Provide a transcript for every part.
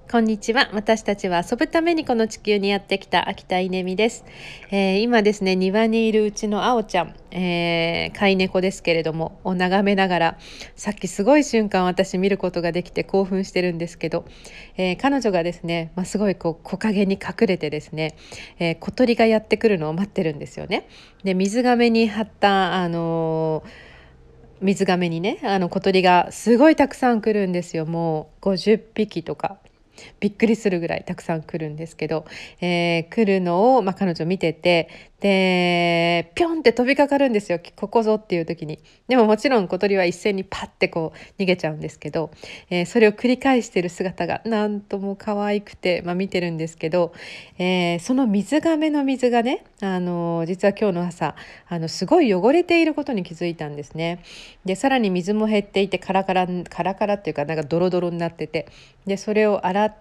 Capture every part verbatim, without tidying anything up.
こんにちは。私たちは遊ぶためにこの地球にやってきた秋田稲美です。えー、今ですね、庭にいるうちのあおちゃん、えー、飼い猫ですけれども、を眺めながら、さっきすごい瞬間私見ることができて興奮してるんですけど、えー、彼女がですね、まあ、すごいこう木陰に隠れてですね、えー、小鳥がやってくるのを待ってるんですよね。で、水がめに張った、あのー水がめにね、あの小鳥がすごいたくさん来るんですよ。もうごじゅっぴきとか。びっくりするぐらいたくさん来るんですけど、えー来るのを、まあ、彼女見てて、でピョンって飛びかかるんですよ、ここぞっていう時に。でももちろん小鳥は一斉にパッてこう逃げちゃうんですけど、えーそれを繰り返している姿がなんとも可愛くて、まあ、見てるんですけど、えーその水がめの水がね、あのー実は今日の朝あのすごい汚れていることに気づいたんですね。でさらに水も減っていてカラカラカラカラっていうかなんかドロドロになってて、でそれを洗って、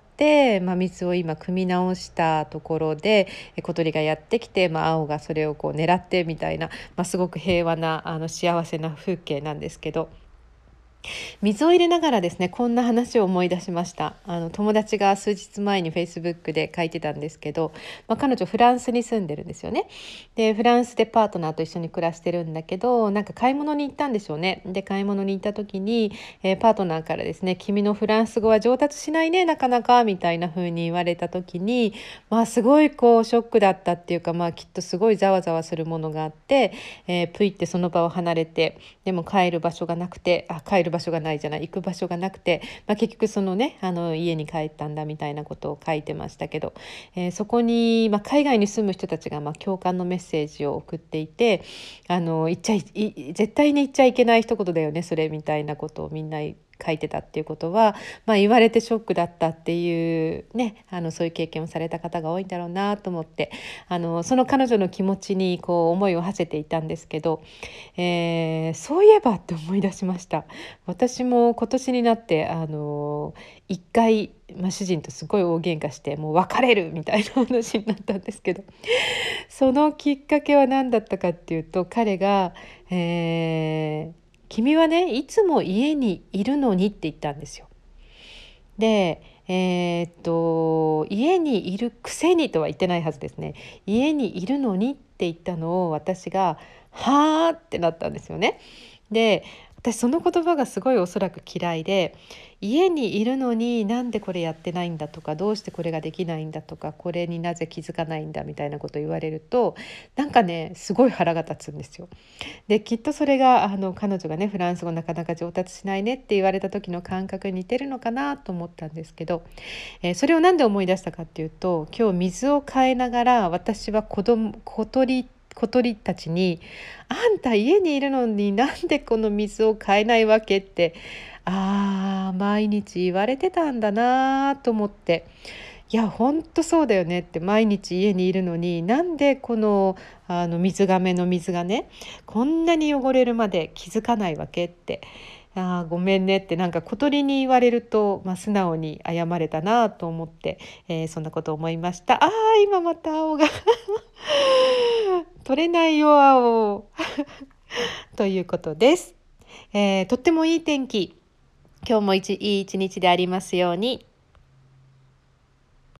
まあ、水を今汲み直したところで小鳥がやってきて、まあ、青がそれをこう狙ってみたいな、まあ、すごく平和なあの幸せな風景なんですけど、水を入れながらですね、こんな話を思い出しました。あの友達が数日前にフェイスブックで書いてたんですけど、まあ、彼女フランスに住んでるんですよね。でフランスでパートナーと一緒に暮らしてるんだけど、なんか買い物に行ったんでしょうね。で買い物に行った時に、えーパートナーからですね、君のフランス語は上達しないね、なかなかみたいな風に言われた時に、まあすごいこうショックだったっていうか、まあきっとすごいざわざわするものがあって、えー、プイってその場を離れて、でも帰る場所がなくて、あ帰る場所がないじゃない、行く場所がなくて、まあ、結局そのねあの家に帰ったんだみたいなことを書いてましたけど、えーそこに、まあ、海外に住む人たちが、まあ、共感のメッセージを送っていて、あの言っちゃいい絶対に言っちゃいけない一言だよねそれみたいなことをみんな書いてたっていうことは、まあ、言われてショックだったっていうね、あのそういう経験をされた方が多いんだろうなと思って、あのその彼女の気持ちにこう思いを馳せていたんですけど、えーそういえばって思い出しました。私も今年になってあの一回、まあ、主人とすごい大喧嘩してもう別れるみたいな話になったんですけど、そのきっかけは何だったかっていうと、彼が、えー君はねいつも家にいるのに」って言ったんですよ。でえーっと家にいるくせにとは言ってないはずですね。家にいるのにって言ったのを私がはーってなったんですよね。で私その言葉がすごいおそらく嫌いで、家にいるのになんでこれやってないんだとか、どうしてこれができないんだとか、これになぜ気づかないんだみたいなことを言われると、なんかねすごい腹が立つんですよ。できっとそれがあの彼女がねフランス語なかなか上達しないねって言われた時の感覚に似てるのかなと思ったんですけど、えーそれを何で思い出したかっていうと、今日水を変えながら私は子供小鳥小鳥たちに「あんた家にいるのになんでこの水を変えないわけ」って、あー毎日言われてたんだなと思って、いや本当そうだよねって、毎日家にいるのになんでこのあの水がめの水がねこんなに汚れるまで気づかないわけって、あーごめんねって、なんか小鳥に言われると、まあ、素直に謝れたなと思って、えーそんなことを思いました。あー今また青が取れないよ青ということです、えーとってもいい天気、今日も一いい一日でありますように。